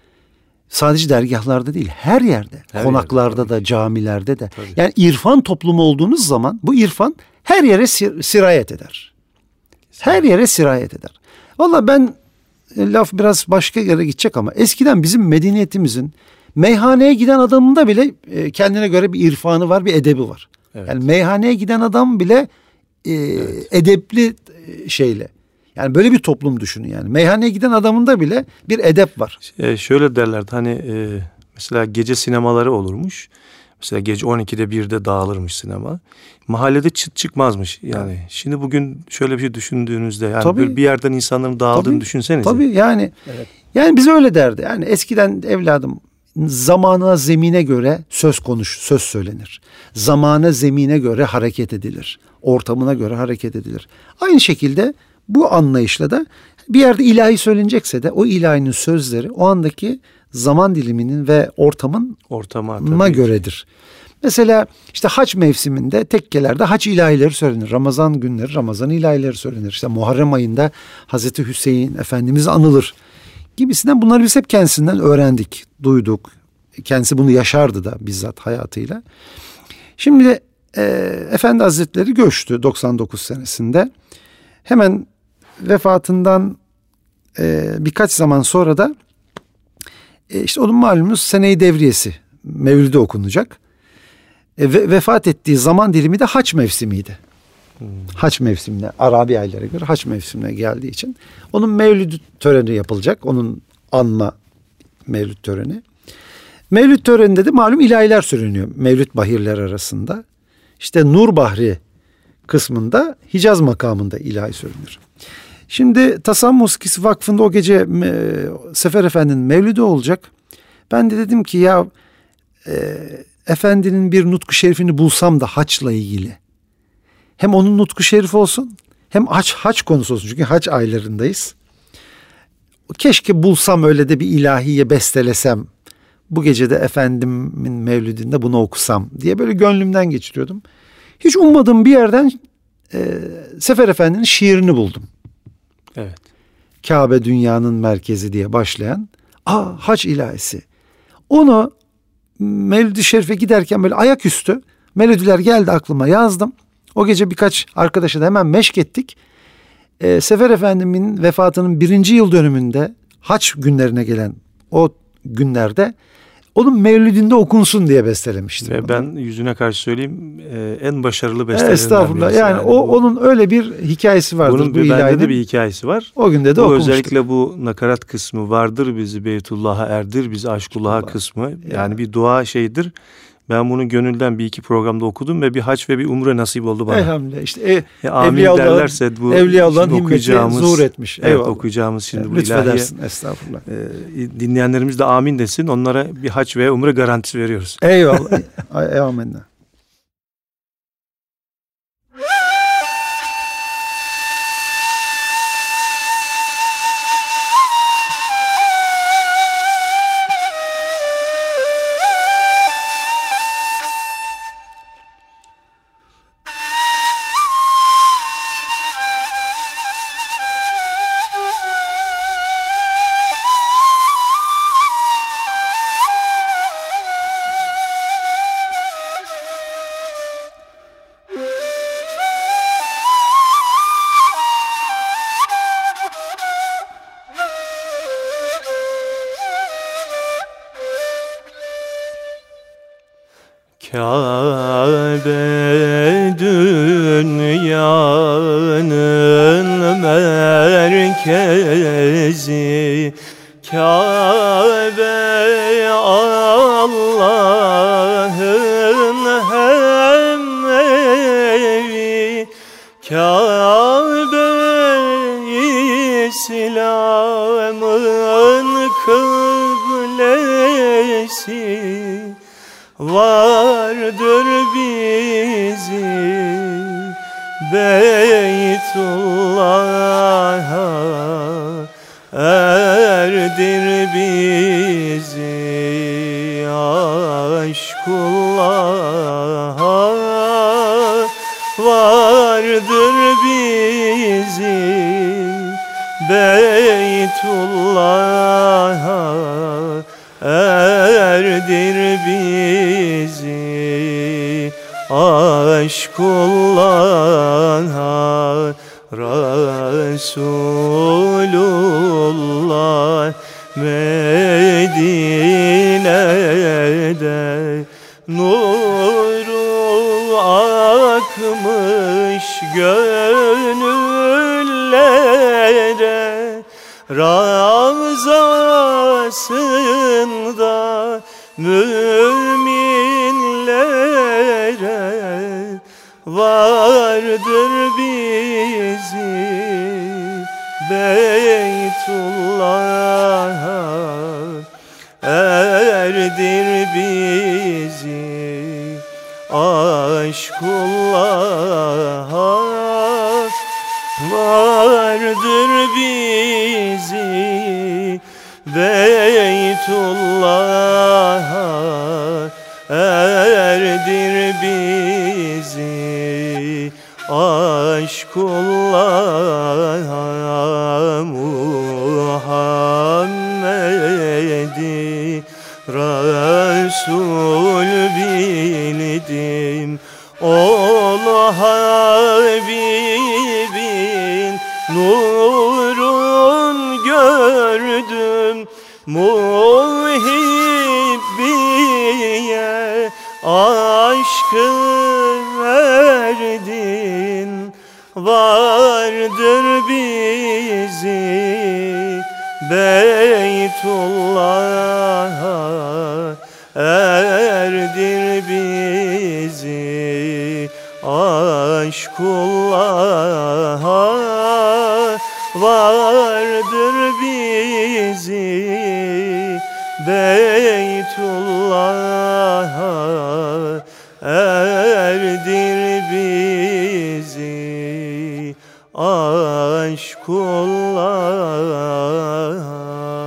Sadece dergahlarda değil her yerde. Her konaklarda yerde, da camilerde de. Tabii. Yani irfan toplumu olduğunuz zaman bu irfan her yere sir- sirayet eder. Her yere sirayet eder. Vallahi ben laf biraz başka yere gidecek ama eskiden bizim medeniyetimizin meyhaneye giden adamın da bile kendine göre bir irfanı var, bir edebi var. Evet. Yani meyhaneye giden adam bile e, evet. edepli şeyle. Yani böyle bir toplum düşünün yani. Meyhaneye giden adamın da bile bir edep var. E, şöyle derlerdi hani e, mesela gece sinemaları olurmuş. Mesela gece on ikide birde dağılırmış sinema. Mahallede çıt çıkmazmış yani. Evet. Şimdi bugün şöyle bir şey düşündüğünüzde yani tabii, bir yerden insanların dağıldığını tabii, düşünsenize. Tabii yani. Evet. Yani biz öyle derdi. Yani eskiden evladım zamana zemine göre söz konuş, söz söylenir. Zamana zemine göre hareket edilir. Ortamına göre hareket edilir. Aynı şekilde bu anlayışla da bir yerde ilahi söylenecekse de o ilahinin sözleri o andaki zaman diliminin ve ortamın ortama göredir. Mesela işte hac mevsiminde tekkelerde hac ilahileri söylenir. Ramazan günleri Ramazan ilahileri söylenir. İşte Muharrem ayında Hazreti Hüseyin Efendimiz anılır gibisinden bunları biz hep kendisinden öğrendik, duyduk. Kendisi bunu yaşardı da bizzat hayatıyla. Şimdi e, Efendi Hazretleri göçtü doksan dokuz senesinde. Hemen vefatından e, birkaç zaman sonra da e, işte onun malumunuz sene-i devriyesi Mevlid'i okunacak. E, ve, vefat ettiği zaman dilimi de haç mevsimiydi. Hmm. Haç mevsimine, Arabi aylara göre haç mevsimine geldiği için onun mevlid töreni yapılacak. Onun anma mevlid töreni. Mevlid töreninde de malum ilahiler söyleniyor mevlid bahirler arasında. İşte Nur Bahri kısmında Hicaz makamında ilahi söylenir. Şimdi Tasavvuf Musikisi Vakfı'nda o gece e, Sefer Efendi'nin mevlidi olacak. Ben de dedim ki ya e, Efendinin bir nutku şerifini bulsam da haçla ilgili. Hem onun nutku şerifi olsun hem haç, haç konusu olsun. Çünkü haç aylarındayız. Keşke bulsam öyle de bir ilahiye bestelesem. Bu gece de Efendimin mevlidinde bunu okusam diye böyle gönlümden geçiriyordum. Hiç ummadığım bir yerden e, Sefer Efendi'nin şiirini buldum. Evet. Kabe dünyanın merkezi diye başlayan aa hac ilahisi. Onu Mevlid-i Şerif'e giderken böyle ayaküstü Melodiler geldi aklıma, yazdım. O gece birkaç arkadaşa da hemen meşk ettik. Ee, Sefer Efendi'nin vefatının birinci yıl dönümünde haç günlerine gelen o günlerde onun mevlidinde okunsun diye bestelemiştim. Ve ben yüzüne karşı söyleyeyim e, en başarılı bestelerinden Estağfurullah. birisi. Yani, yani o bu, onun öyle bir hikayesi vardır. Bunun bu bir, bende de bir bir hikayesi var. O günde de bu okumuştuk. Özellikle bu nakarat kısmı vardır bizi Beytullah'a erdir, bizi aşkullah'a Allah. kısmı. Yani, yani bir dua şeydir. Ben bunu gönülden bir iki programda okudum ve bir hac ve bir umre nasip oldu bana. Elhamdülillah. İşte e, e, amin derlerse bu Evliyaullah'ın himmeti zuhur etmiş. Evet, okuyacağımız şimdi yani, bu ilahiye. Lütfedersin. Estağfurullah. E, dinleyenlerimiz de amin desin. Onlara bir hac ve umre garantisi veriyoruz. Eyvallah. Eyvallah. Kabe dünyanın merkezi, Kabe Allah'ın hem evi, Kabe İslam'ın kıblesi, vardır bizi Beytullah'a, erdir bizi aşkullah'a, vardır bizi Beytullah'a, erdir bizi aşkullah'a. Resulullah Medine'de nuru akmış gönüllere, Ravzasında müminlere, vardır bizi Beytullah'a, erdir bizi aşkullah'a, vardır bizi Beytullah'a, erdir bizi aşkullah'a. Muhammed'i Resul bildim, ol Habibin nurun gördüm, muhibbiye aşkı verdin, vardır bizi Beytullah'a, erdir bizi aşkullah'a, vardır bizi Beytullah'a, erdir bizi aşkullah'a.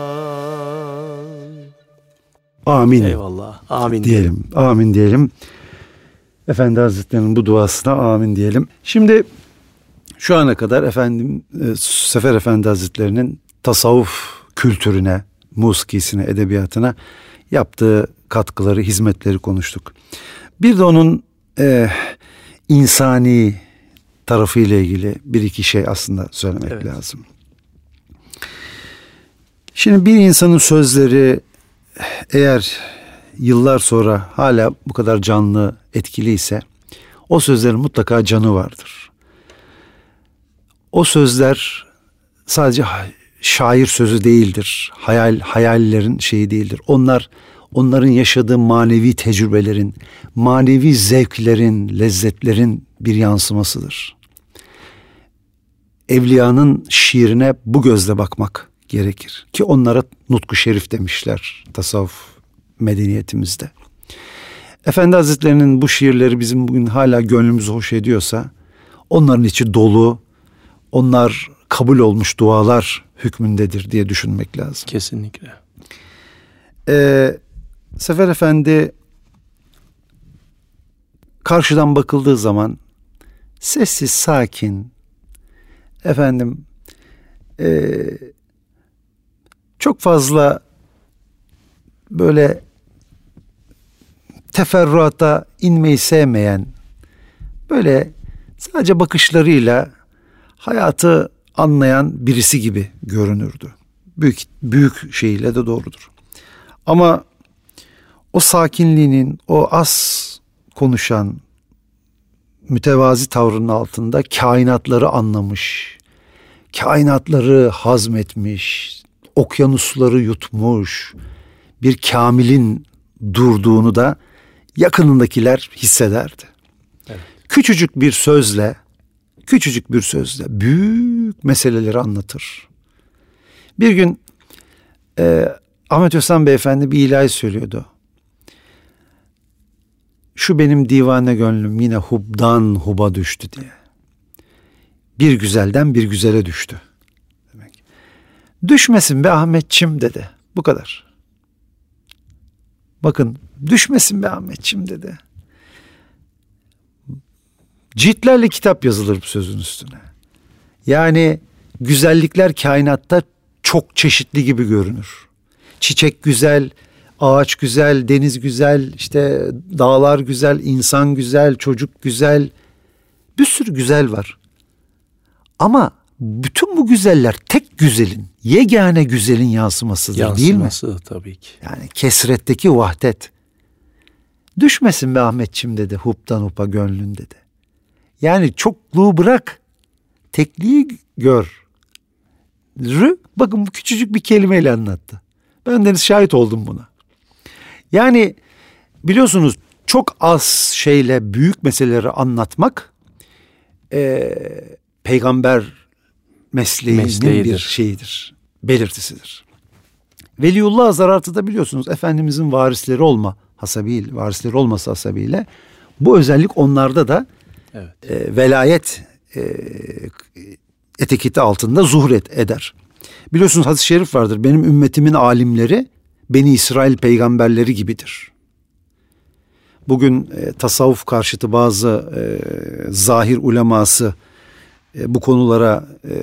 Amin. Eyvallah. Amin diyelim. Amin diyelim. Efendi Hazretleri'nin bu duasına amin diyelim. Şimdi şu ana kadar efendim Sefer Efendi Hazretleri'nin tasavvuf kültürüne, musikisine, edebiyatına yaptığı katkıları, hizmetleri konuştuk. Bir de onun e, insani tarafıyla ilgili bir iki şey aslında söylemek evet. lazım. Şimdi bir insanın sözleri eğer yıllar sonra hala bu kadar canlı, etkiliyse o sözlerin mutlaka canı vardır. O sözler sadece şair sözü değildir. Hayal hayallerin şeyi değildir. Onlar onların yaşadığı manevi tecrübelerin, manevi zevklerin, lezzetlerin bir yansımasıdır. Evliyanın şiirine bu gözle bakmak gerekir ki onlara nutku şerif demişler tasavvuf medeniyetimizde. Efendi Hazretleri'nin bu şiirleri bizim bugün hala gönlümüzü hoş ediyorsa onların içi dolu, onlar kabul olmuş dualar hükmündedir diye düşünmek lazım. Kesinlikle. Ee, Sefer Efendi karşıdan bakıldığı zaman sessiz, sakin, efendim e, çok fazla böyle teferruata inmeyi sevmeyen, böyle sadece bakışlarıyla hayatı anlayan birisi gibi görünürdü. Büyük büyük şeyle de doğrudur. Ama o sakinliğinin, o az konuşan, mütevazi tavrının altında kainatları anlamış, kainatları hazmetmiş, okyanusları yutmuş bir kamilin durduğunu da yakınındakiler hissederdi. Evet. Küçücük bir sözle, küçücük bir sözle büyük meseleleri anlatır. Bir gün e, Ahmet Özhan Beyefendi bir ilahi söylüyordu. Şu benim divane gönlüm yine hubdan huba düştü diye. Bir güzelden bir güzele düştü. Demek. Düşmesin be Ahmetçim dedi. Bu kadar. Bakın, düşmesin be Ahmetçim dedi. Ciltlerle kitap yazılır bu sözün üstüne. Yani güzellikler kainatta çok çeşitli gibi görünür. Çiçek güzel, ağaç güzel, deniz güzel, işte dağlar güzel, insan güzel, çocuk güzel. Bir sürü güzel var. Ama bütün bu güzeller tek güzelin, yegane güzelin yansımasıdır, yansıması, değil mi? Yansıması tabii ki. Yani kesretteki vahdet. Düşmesin be Ahmetçim dedi, huptan hupa gönlün dedi. Yani çokluğu bırak, tekliği gör. Rü, bakın bu küçücük bir kelimeyle anlattı. Ben de şahit oldum buna. Yani biliyorsunuz çok az şeyle büyük meseleleri anlatmak e, peygamber mesleğinin Mesleğidir. bir şeyidir, belirtisidir. Veliullah Hazaratı da biliyorsunuz Efendimizin varisleri olma hasabiyle, varisleri olması hasabiyle bu özellik onlarda da evet. e, velayet e, etiketi altında zuhur eder. Biliyorsunuz hadis-i şerif vardır. Benim ümmetimin alimleri Beni İsrail peygamberleri gibidir. Bugün e, tasavvuf karşıtı bazı e, zahir uleması e, bu konulara e,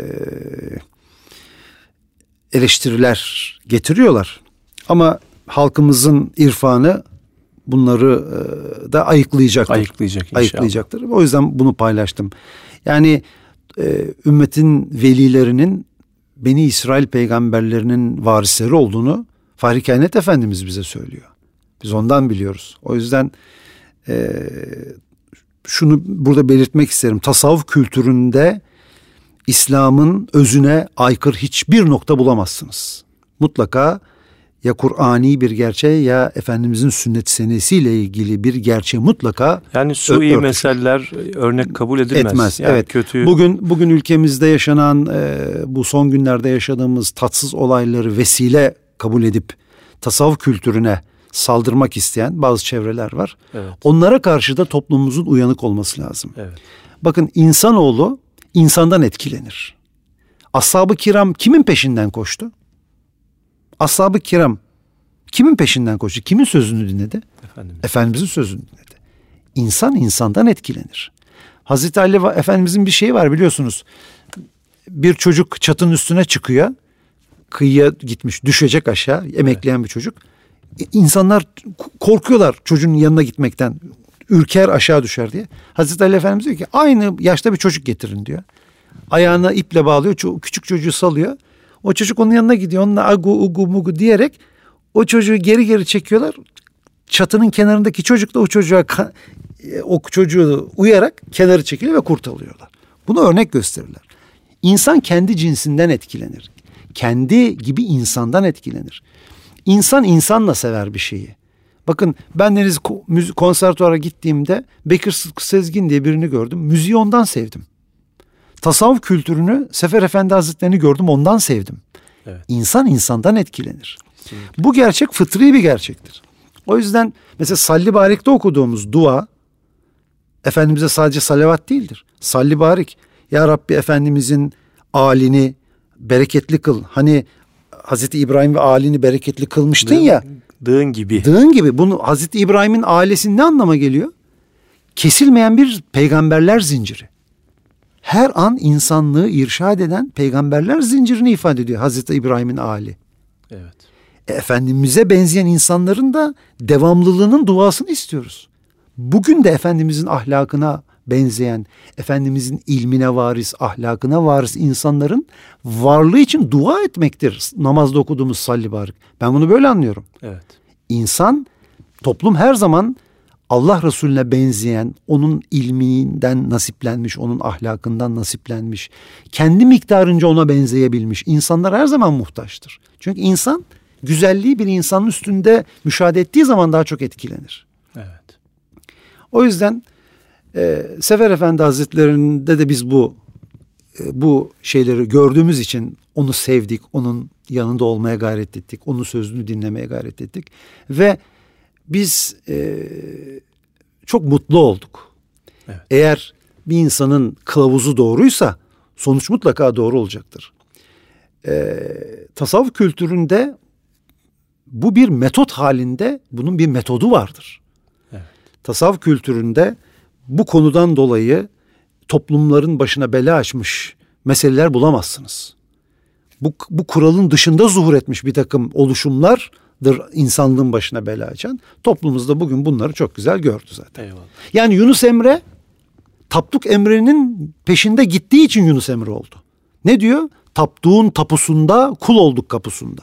eleştiriler getiriyorlar. Ama halkımızın irfanı bunları e, da ayıklayacaktır. Ayıklayacak inşallah. Ayıklayacaktır. O yüzden bunu paylaştım. Yani e, ümmetin velilerinin Beni İsrail peygamberlerinin varisleri olduğunu Fahri Kainat Efendimiz bize söylüyor. Biz ondan biliyoruz. O yüzden e, şunu burada belirtmek isterim. Tasavvuf kültüründe İslam'ın özüne aykırı hiçbir nokta bulamazsınız. Mutlaka ya Kur'ani bir gerçeğe ya Efendimizin sünnet senesiyle ilgili bir gerçeğe mutlaka yani sui meseleler örnek kabul edilmez. Etmez. Yani evet. Kötü. Bugün bugün ülkemizde yaşanan e, bu son günlerde yaşadığımız tatsız olayları vesile kabul edip tasavvuf kültürüne saldırmak isteyen bazı çevreler var. Evet. Onlara karşı da toplumumuzun uyanık olması lazım. Evet. Bakın insanoğlu insandan etkilenir. Ashab-ı kiram kimin peşinden koştu? Ashab-ı kiram kimin peşinden koştu? Kimin sözünü dinledi? Efendimiz. Efendimizin sözünü dinledi. İnsan insandan etkilenir. Hazreti Ali Efendimizin bir şeyi var biliyorsunuz. Bir çocuk çatının üstüne çıkıyor. Kıyıya gitmiş, düşecek aşağı, emekleyen evet. bir çocuk. İnsanlar korkuyorlar çocuğun yanına gitmekten. ürker aşağı düşer diye. Hazreti Ali Efendimiz diyor ki aynı yaşta bir çocuk getirin diyor. Ayağına iple bağlıyor. Küçük çocuğu salıyor. O çocuk onun yanına gidiyor. Onunla agu ugu mugu diyerek o çocuğu geri geri çekiyorlar. Çatının kenarındaki çocuk da o çocuğa o çocuğu uyarak kenarı çekiliyor ve kurtarılıyorlar. Bunu örnek gösterirler. İnsan kendi cinsinden etkilenir. Kendi gibi insandan etkilenir. İnsan insanla sever bir şeyi. Bakın ben deniz konservatuara gittiğimde Bekir Sıtkı Sezgin diye birini gördüm. Müziği ondan sevdim. Tasavvuf kültürünü Sefer Efendi Hazretleri'ni gördüm, ondan sevdim. Evet. İnsan insandan etkilenir. Kesinlikle. Bu gerçek fıtri bir gerçektir. O yüzden mesela Salli Barik'te okuduğumuz dua Efendimiz'e sadece salavat değildir. Salli Barik, Ya Rabbi Efendimiz'in âlini bereketli kıl. Hani Hazreti İbrahim ve âlini bereketli kılmıştın dığın, ya. Dığın gibi. Dığın gibi. Bunu Hazreti İbrahim'in ailesi ne anlama geliyor? Kesilmeyen bir peygamberler zinciri. Her an insanlığı irşad eden peygamberler zincirini ifade ediyor Hazreti İbrahim'in aile. Evet. E, Efendimiz'e benzeyen insanların da devamlılığının duasını istiyoruz. Bugün de Efendimiz'in ahlakına benzeyen, Efendimiz'in ilmine varis, ahlakına varis insanların varlığı için dua etmektir namazda okuduğumuz salli barik. Ben bunu böyle anlıyorum. Evet. İnsan, toplum her zaman Allah Resulüne benzeyen, onun ilminden nasiplenmiş, onun ahlakından nasiplenmiş, kendi miktarınca ona benzeyebilmiş insanlar her zaman muhtaçtır. Çünkü insan güzelliği bir insanın üstünde müşahede ettiği zaman daha çok etkilenir. Evet. O yüzden e, Sefer Efendi Hazretleri'nde de biz bu e, bu şeyleri gördüğümüz için onu sevdik, onun yanında olmaya gayret ettik, onun sözünü dinlemeye gayret ettik ve biz e, çok mutlu olduk. Evet. Eğer bir insanın kılavuzu doğruysa sonuç mutlaka doğru olacaktır. E, tasavvuf kültüründe bu bir metot halinde, bunun bir metodu vardır. Evet. Tasavvuf kültüründe bu konudan dolayı toplumların başına bela açmış meseleler bulamazsınız. Bu, bu kuralın dışında zuhur etmiş bir takım oluşumlardır insanlığın başına bela açan. Toplumumuzda bugün bunları çok güzel gördü zaten. Eyvallah. Yani Yunus Emre, Tapduk Emre'nin peşinde gittiği için Yunus Emre oldu. Ne diyor? Tapduğun tapusunda, kul olduk kapusunda.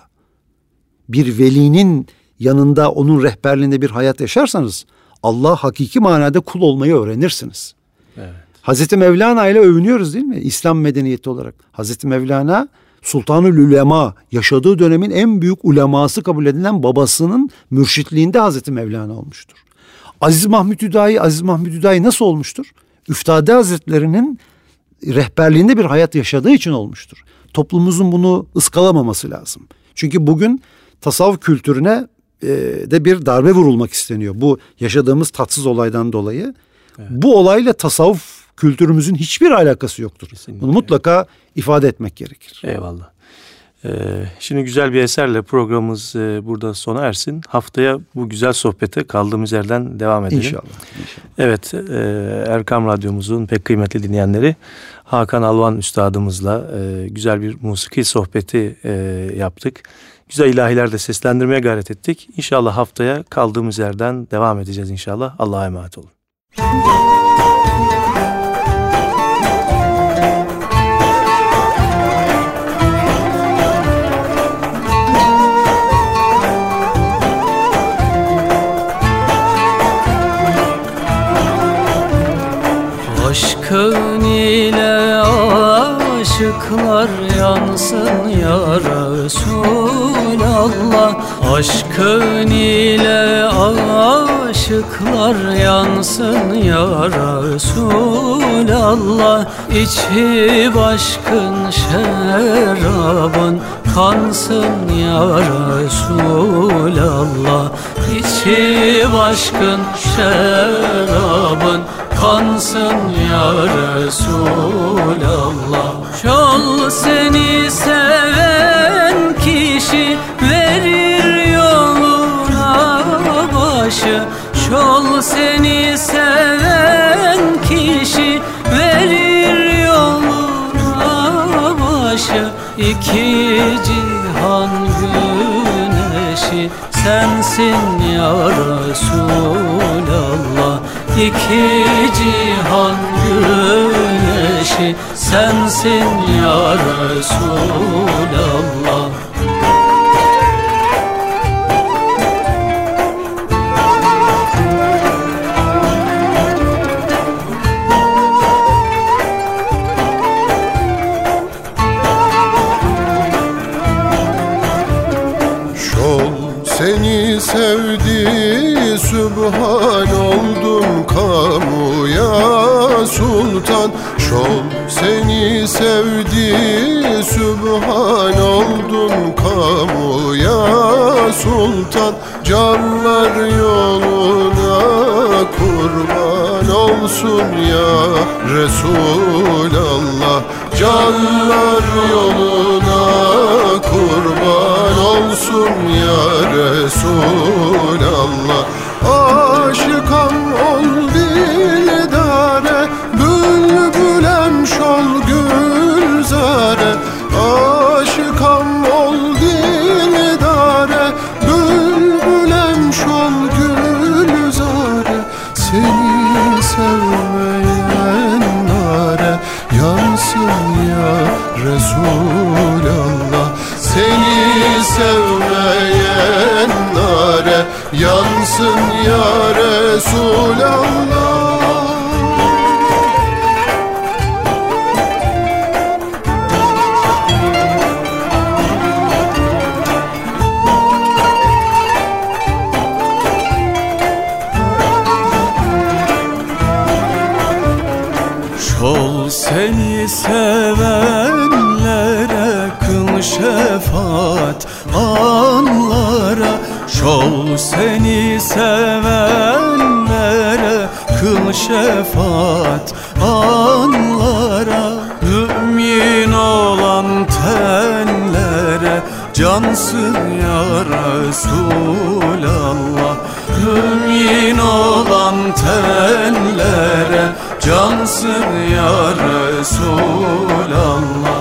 Bir velinin yanında, onun rehberliğinde bir hayat yaşarsanız Allah hakiki manada kul olmayı öğrenirsiniz. Evet. Hazreti Mevlana ile övünüyoruz değil mi? İslam medeniyeti olarak. Hazreti Mevlana Sultanül Ulema, yaşadığı dönemin en büyük uleması kabul edilen babasının mürşitliğinde Hazreti Mevlana olmuştur. Aziz Mahmud Hüdayi, Aziz Mahmud Hüdayi nasıl olmuştur? Üftade Hazretlerinin rehberliğinde bir hayat yaşadığı için olmuştur. Toplumumuzun bunu ıskalamaması lazım. Çünkü bugün tasavvuf kültürüne e, de bir darbe vurulmak isteniyor. Bu yaşadığımız tatsız olaydan dolayı. Evet. Bu olayla tasavvuf kültürümüzün hiçbir alakası yoktur. Kesinlikle. Bunu mutlaka ifade etmek gerekir. Eyvallah. Ee, şimdi güzel bir eserle programımız e, burada sona ersin. Haftaya bu güzel sohbete kaldığımız yerden devam edelim. İnşallah. İnşallah. Evet, e, Erkam Radyomuzun pek kıymetli dinleyenleri, Hakan Alvan Üstadımızla e, güzel bir musiki sohbeti e, yaptık. Güzel ilahiler de seslendirmeye gayret ettik. İnşallah haftaya kaldığımız yerden devam edeceğiz inşallah. Allah'a emanet olun. Aşkın ile aşıklar yansın ya Resulallah. Aşkın ile aşıklar yansın ya Resulallah. İçi başkın şerabın kansın ya Resulallah. İçi başkın şerabın kansın ya Resulallah. Şol seni seven kişi verir yoluna başı. Şol seni seven kişi verir yoluna başı. İki cihan güneşi sensin ya Resulallah. İki cihan güneşi sensin ya Resulallah. Seni sevdi Sübhan oldum kamuya sultan. Şol seni sevdi Sübhan oldum kamuya sultan. Canlar yoluna kurban olsun ya Resulallah. Canlar yoluna kurban olsun ya Resulallah. Aşıkam ol dildare, bülbülem şol gülzare. Aşıkam ol dildare, bülbülem şol gülzare. Seni sevmeyen nare yansın ya Resulallah. Seni sevmeyen nare yansın ya Resulallah. Şol seni sevenlere kıl şefaat anlara. Şol seni sevenlere kıl şefaat anlara. Mümin olan tenlere cansın ya Resulallah. Mümin olan tenlere cansın ya Resulallah.